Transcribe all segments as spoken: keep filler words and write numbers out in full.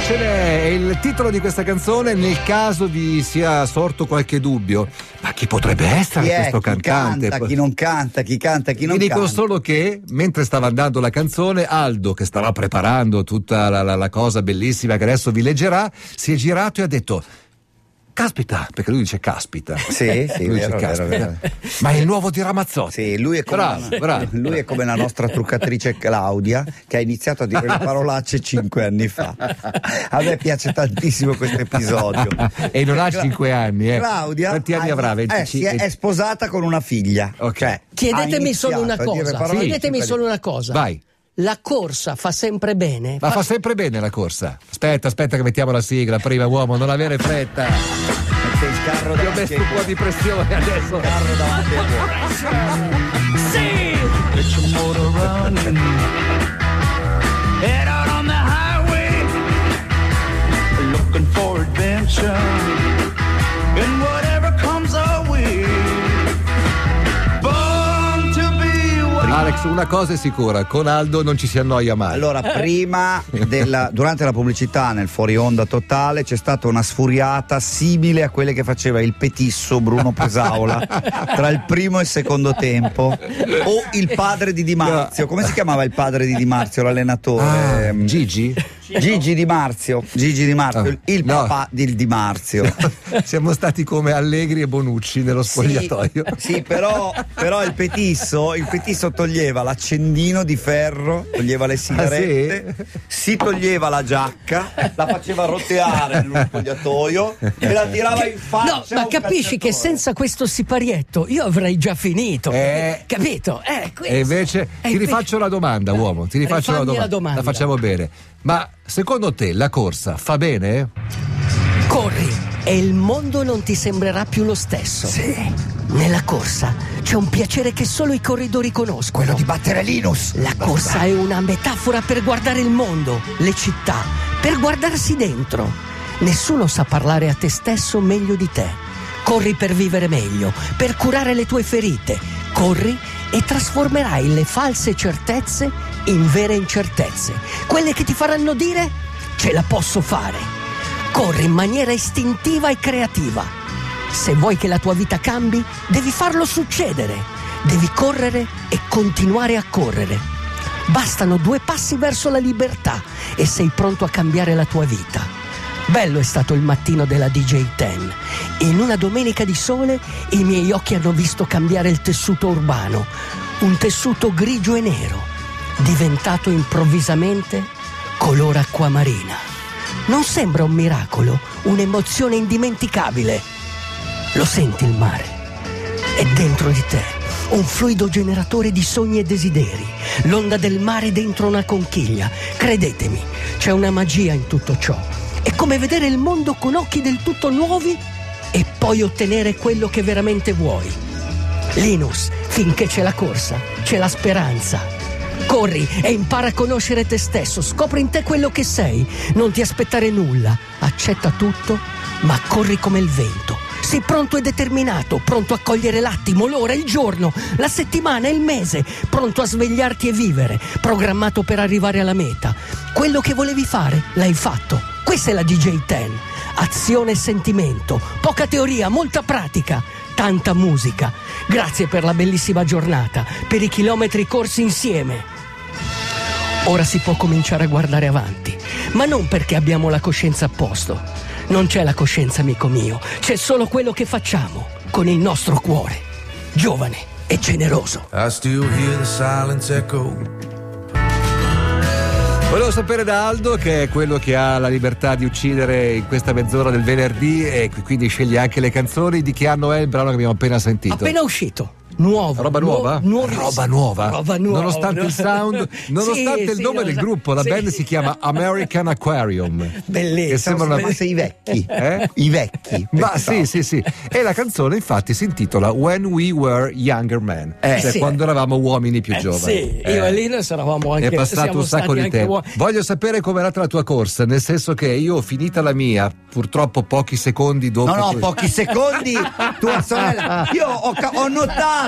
ce n'è, è il titolo di questa canzone. Nel caso vi sia sorto qualche dubbio, ma chi potrebbe essere chi è, questo chi cantante? Canta, chi non canta, chi canta, chi non Vi canta. dico solo che mentre stava andando la canzone, Aldo, che stava preparando tutta la, la, la cosa bellissima che adesso vi leggerà, si è girato e ha detto: caspita, perché lui dice caspita. Sì, sì, lui vero, dice vero, caspita. vero. Ma è il nuovo di Ramazzotti. Sì, lui è come, bravo, una, bravo. lui è come la nostra truccatrice Claudia, che ha iniziato a dire le parolacce cinque anni fa. A me piace tantissimo questo episodio. E non ha cinque anni, eh. Claudia, quanti anni ha- avrà? eh, venticinque si è, è sposata con una figlia. Ok. Cioè, Chiedetemi ha solo una iniziato a dire cosa, parole chiedetemi cinque solo anni una cosa. Vai. La corsa fa sempre bene? Ma fa sempre bene la corsa. Aspetta, aspetta che mettiamo la sigla prima, uomo, non avere fretta. Mette il carro Ti ho davanti messo ai un po' di pressione adesso. il carro davanti ai buoi. Get your motor running. Head out on the highway, looking for adventure. And whatever comes our way. Born to be wild. Alex, una cosa è sicura, con Aldo non ci si annoia mai. Allora, prima della, durante la pubblicità nel fuori onda totale c'è stata una sfuriata simile a quelle che faceva il petisso Bruno Pesaola tra il primo e il secondo tempo, o il padre di Di Marzio. Come si chiamava il padre di Di Marzio, l'allenatore? Ah, Gigi? Gigi Di Marzio, Gigi Di Marzio, Ah, il no. papà di Di Marzio. Siamo stati come Allegri e Bonucci nello spogliatoio. Sì, sì, però, però il petisso, il petisso toglieva l'accendino di ferro, toglieva le sigarette, Ah, si toglieva la giacca, la faceva roteare nello spogliatoio e la tirava in faccia. No, ma a un capisci che calciatore. senza questo siparietto io avrei già finito. Eh. Capito? Eh, questo. E invece Eh, ti rifaccio la domanda, uomo, ti rifaccio la Rifammi domanda. la domanda. La facciamo bene. Ma secondo te la corsa fa bene? Corri e il mondo non ti sembrerà più lo stesso. Sì, Nella corsa c'è un piacere che solo i corridori conoscono. quello di battere Linus. La corsa è una metafora per guardare il mondo, le città, per guardarsi dentro. Nessuno sa parlare a te stesso meglio di te. Corri per vivere meglio, per curare le tue ferite. Corri e trasformerai le false certezze in vere incertezze. Quelle che ti faranno dire: ce la posso fare. Corri in maniera istintiva e creativa. Se vuoi che la tua vita cambi, devi farlo succedere. Devi correre e continuare a correre. Bastano due passi verso la libertà e sei pronto a cambiare la tua vita. Bello è stato il mattino della D J Ten. In una domenica di sole i miei occhi hanno visto cambiare il tessuto urbano. Un tessuto grigio e nero, diventato improvvisamente color acquamarina. Non sembra un miracolo, un'emozione indimenticabile. Lo senti il mare? È dentro di te, un fluido generatore di sogni e desideri. L'onda del mare dentro una conchiglia. Credetemi, c'è una magia in tutto ciò. È come vedere il mondo con occhi del tutto nuovi e poi ottenere quello che veramente vuoi. Linus, finché c'è la corsa, c'è la speranza. Corri e impara a conoscere te stesso, scopri in te quello che sei, non ti aspettare nulla, accetta tutto, ma corri come il vento. Sei pronto e determinato, pronto a cogliere l'attimo, l'ora, il giorno, la settimana, il mese, pronto a svegliarti e vivere, programmato per arrivare alla meta. Quello che volevi fare, l'hai fatto. Questa è la D J Ten. Azione e sentimento, poca teoria, molta pratica, tanta musica. Grazie per la bellissima giornata, per i chilometri corsi insieme. Ora si può cominciare a guardare avanti, ma non perché abbiamo la coscienza a posto. Non c'è la coscienza, amico mio, c'è solo quello che facciamo con il nostro cuore, giovane e generoso. I still hear the silence echo. Volevo sapere da Aldo, che è quello che ha la libertà di uccidere in questa mezz'ora del venerdì e quindi sceglie anche le canzoni, di che anno è il brano che abbiamo appena sentito. Appena uscito. Nuovo, Roba nuova? nuov- Roba nuova? Roba nuova. Nonostante il sound, nonostante Sì, il sì, nome lo del so. gruppo, la Sì. band si chiama American Aquarium. Bellissimo. Che sembra una... Forse i vecchi, Eh? i vecchi. Ma pensavo. sì, sì, sì. E la canzone infatti si intitola When We Were Younger Men, Eh, cioè sì. quando eravamo uomini più Eh, giovani. sì, io e Linus eravamo anche È passato siamo un sacco stati di anche tempo. uo- Voglio sapere com'è andata la tua corsa, nel senso che io ho finita la mia, purtroppo pochi secondi dopo. No, no, que- pochi secondi. Tua sorella. Io ho, ca- ho notato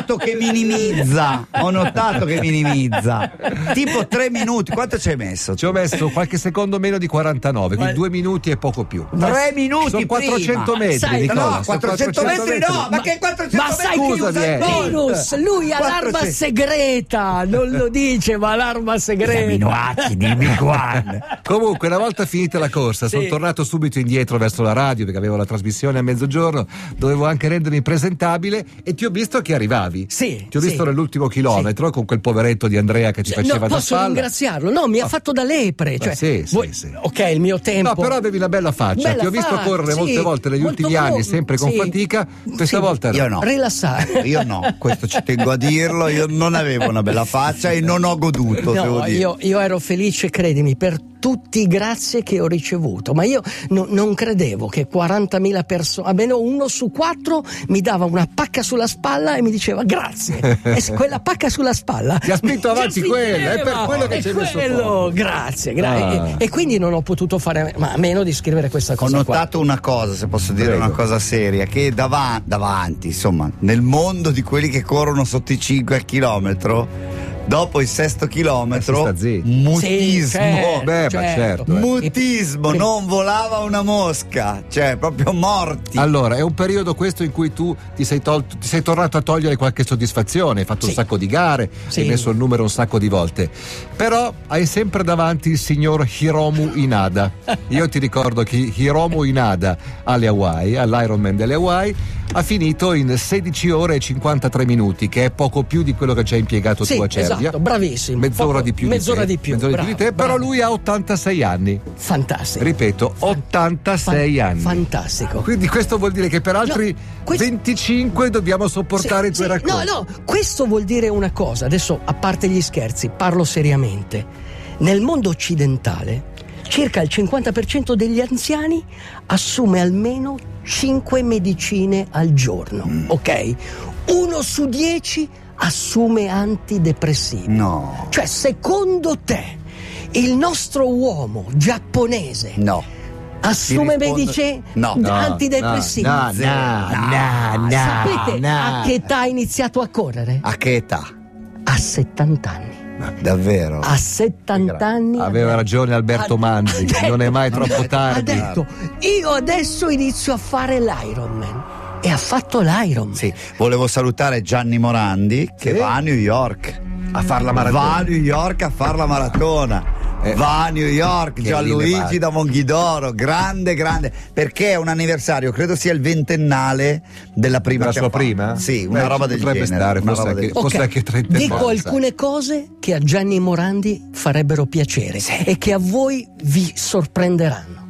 notato che minimizza. Ho notato che minimizza. Tipo tre minuti. Quanto ci hai messo? Ci ho messo qualche secondo meno di quarantanove, quindi due minuti e poco più. Tre minuti Sono quattrocento metri, Sai, Nicola, No, sono quattrocento metri no, ma che quattrocento Ma metri? sai che Scusami, usa eh. il bonus? Lui ha l'arma quattrocento segreta, non lo dice, ma l'arma segreta. Minuati, dimmi quando. Comunque, una volta finita la corsa, Sì. sono tornato subito indietro verso la radio perché avevo la trasmissione a mezzogiorno, dovevo anche rendermi presentabile e ti ho visto che arrivavi. Sì, Ti ho visto sì. nell'ultimo chilometro con quel poveretto di Andrea che ti Cioè, faceva no, da posso spalla. ringraziarlo? No, mi ha fatto da lepre. Cioè, sì, sì, voi- sì. Ok, il mio tempo. No, però avevi una bella faccia. Bella Ti ho visto faccia, correre sì, molte volte negli molto ultimi anni, buono, sempre con sì. fatica. Questa Sì. volta no. Io no. Rilassare. Io no, questo ci tengo a dirlo, io non avevo una bella faccia e non ho goduto, devo No, dire. io, io ero felice, credimi, per tutti i grazie che ho ricevuto, ma io no- non credevo che quarantamila persone, almeno uno su quattro mi dava una pacca sulla spalla e mi diceva grazie. E se quella pacca sulla spalla Ti ha spinto mi avanti quella, è per quello che è ci hai messo quello, fuoco. grazie, gra- Ah. e, e quindi non ho potuto fare ma a meno di scrivere questa Ho cosa qua. notato una cosa, se posso dire Prego. una cosa seria, che dava- davanti, insomma, nel mondo di quelli che corrono sotto i cinque al chilometro, dopo il sesto Eh, chilometro, si sta zitto. mutismo. Sì, certo, Beh, ma certo, eh. Mutismo, E- non volava una mosca, cioè proprio morti. Allora, è un periodo questo in cui tu ti sei, tolto, ti sei tornato a togliere qualche soddisfazione, hai fatto Sì. un sacco di gare, Sì. hai messo il numero un sacco di volte, però hai sempre davanti il signor Hiromu Inada. Io ti ricordo che Hiromu Inada alle Hawaii, all'Ironman delle Hawaii, ha finito in sedici ore e cinquantatré minuti, che è poco più di quello che ci hai impiegato Sì, tu a Cervia. esatto, bravissimo. Mezz'ora Poco- di più mezz'ora di te. di più, Mezz'ora di, più bravo, di te, però bravo. lui ha ottantasei anni. Fantastico. Ripeto, ottantasei Fan- anni. Fantastico. Quindi questo vuol dire che per altri No, questo- venticinque dobbiamo sopportare Sì, i tuoi sì, racconti. no, no, questo vuol dire una cosa. Adesso, a parte gli scherzi, parlo seriamente. Nel mondo occidentale, circa il cinquanta per cento degli anziani assume almeno cinque medicine al giorno, ok? Uno su dieci assume antidepressivi. No, Cioè, secondo te, il nostro uomo giapponese no. assume Ti rispondo- medici No. No, antidepressivi? no, no, no, no, Sapete no. a che età ha iniziato a correre? A che età? A settanta anni. Davvero? A settanta anni. Aveva ragione Alberto ha- Manzi, ha detto- non è mai troppo Ha tardi. detto, io adesso inizio a fare l'Ironman. E ha fatto l'Ironman. Sì, volevo salutare Gianni Morandi che Sì. va a New York. A far la maratona. Va a New York a far la maratona. Eh, Va a New York, che Gianluigi rilevante. da Monghidoro, grande, grande, perché è un anniversario, credo sia il ventennale della prima La che sua ha fatto. prima? Sì, una Beh, roba ci del potrebbe genere. stare, una forse roba anche- del- forse Ok, anche trenta dico sai. alcune cose che a Gianni Morandi farebbero piacere e che a voi vi sorprenderanno.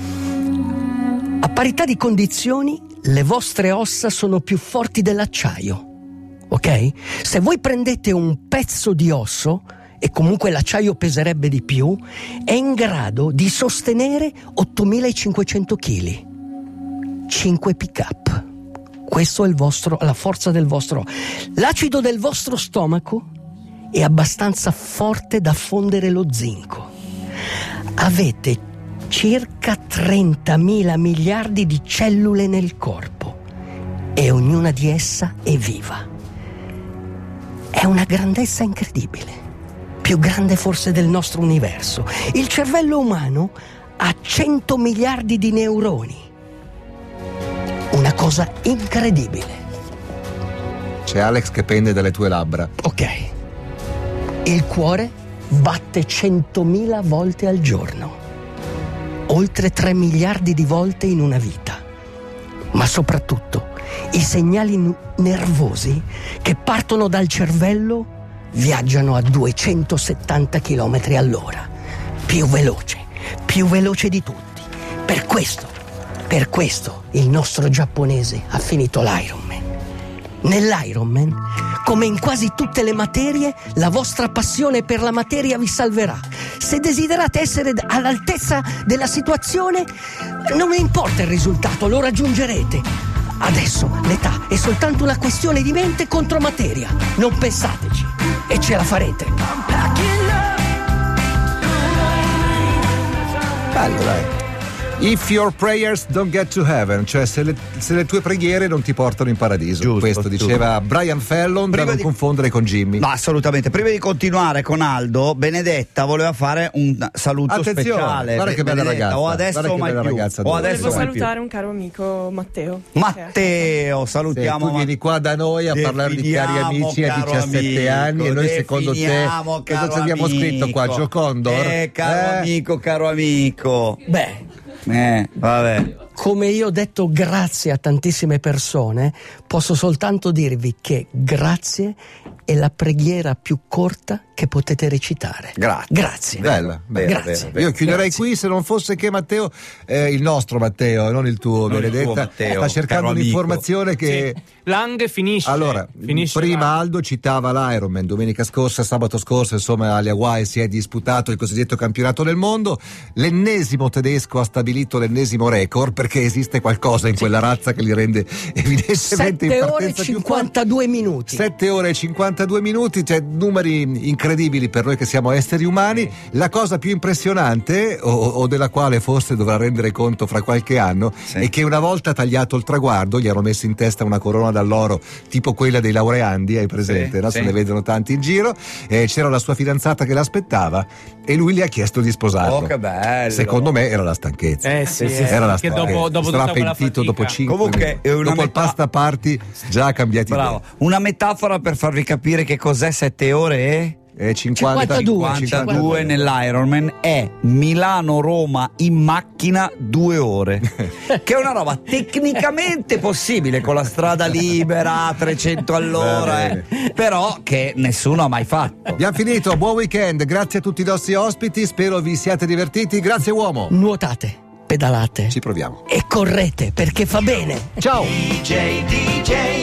A parità di condizioni, le vostre ossa sono più forti dell'acciaio. Ok? Se voi prendete un pezzo di osso, e comunque l'acciaio peserebbe di più, è in grado di sostenere ottomilacinquecento chili. cinque pick-up. Questo è il vostro, la forza del vostro. L'acido del vostro stomaco è abbastanza forte da fondere lo zinco. Avete circa trentamila miliardi di cellule nel corpo e ognuna di essa è viva. È una grandezza incredibile, più grande forse del nostro universo. Il cervello umano ha cento miliardi di neuroni. Una cosa incredibile. C'è Alex che pende dalle tue labbra. Ok. Il cuore batte centomila volte al giorno. Oltre tre miliardi di volte in una vita. Ma soprattutto i segnali n- nervosi che partono dal cervello viaggiano a duecentosettanta chilometri all'ora. Più veloce, più veloce di tutti. Per questo, per questo il nostro giapponese ha finito l'Ironman. Nell'Ironman, come in quasi tutte le materie, la vostra passione per la materia vi salverà. Se desiderate essere all'altezza della situazione, non mi importa il risultato, lo raggiungerete. Adesso l'età è soltanto una questione di mente contro materia. Non pensateci e ce la farete. Bello, dai. If your prayers don't get to heaven, cioè se le, se le tue preghiere non ti portano in paradiso. Giusto, Questo giusto. diceva Brian Fallon, Prima da non di- confondere con Jimmy. No, assolutamente. Prima di continuare con Aldo, Benedetta voleva fare un saluto Attenzione, speciale. guarda che bella Benedetta, ragazza, o adesso guarda o che mai bella più. ragazza O tua. adesso Volevo o mai più. salutare un caro amico Matteo. Matteo, Se salutiamo. tu vieni qua da noi a parlare di cari Definiamo, amici a caro diciassette amico, anni e noi secondo te definiamo, cosa caro ci abbiamo amico. scritto qua? Giocondor? Eh, caro Eh? amico, caro amico. Beh, Eh, vabbè. come io ho detto grazie a tantissime persone, posso soltanto dirvi che grazie è la preghiera più corta che potete recitare. Grazie. Grazie. Bella, bella, Grazie. bella. Io chiuderei Grazie. qui se non fosse che Matteo, eh, il nostro Matteo, non il tuo, Non il Benedetta, tuo Matteo, sta cercando caro amico. un'informazione che... Sì. Lang finisce. Allora, finisce prima Lang. Aldo citava l'Ironman, domenica scorsa, sabato scorso, insomma, alle Hawaii si è disputato il cosiddetto campionato del mondo. L'ennesimo tedesco ha stabilito l'ennesimo record, perché esiste qualcosa in quella razza che li rende evidentemente in sette ore e partenza più forti. cinquantadue minuti. sette ore e cinquantadue minuti, cioè numeri incredibili per noi che siamo esseri umani. La cosa più impressionante, o, o della quale forse dovrà rendere conto fra qualche anno, Sì. è che una volta tagliato il traguardo gli hanno messo in testa una corona d'alloro tipo quella dei laureandi, hai presente? Sì, no? sì. Se ne vedono tanti in giro. Eh, c'era la sua fidanzata che l'aspettava e lui le ha chiesto di sposarlo. Oh, che bello. Secondo me era la stanchezza. Eh sì, sì, eh, Era la che stanchezza. dopo, dopo Sarà tutta quella pentito fatica. dopo cinque Comunque, minuti. è una dopo il metà- pasta party già ha cambiato idea. Bravo. Una metafora per farvi capire che cos'è sette ore e Eh, cinquanta, cinquantadue. cinquantadue nell'Ironman è Milano-Roma in macchina due ore, che è una roba tecnicamente possibile con la strada libera a trecento all'ora, Va eh, però che nessuno ha mai fatto. Abbiamo finito, buon weekend, grazie a tutti i nostri ospiti, spero vi siate divertiti, grazie uomo. Nuotate, pedalate Ci proviamo. e correte perché fa bene. Ciao! D J, D J.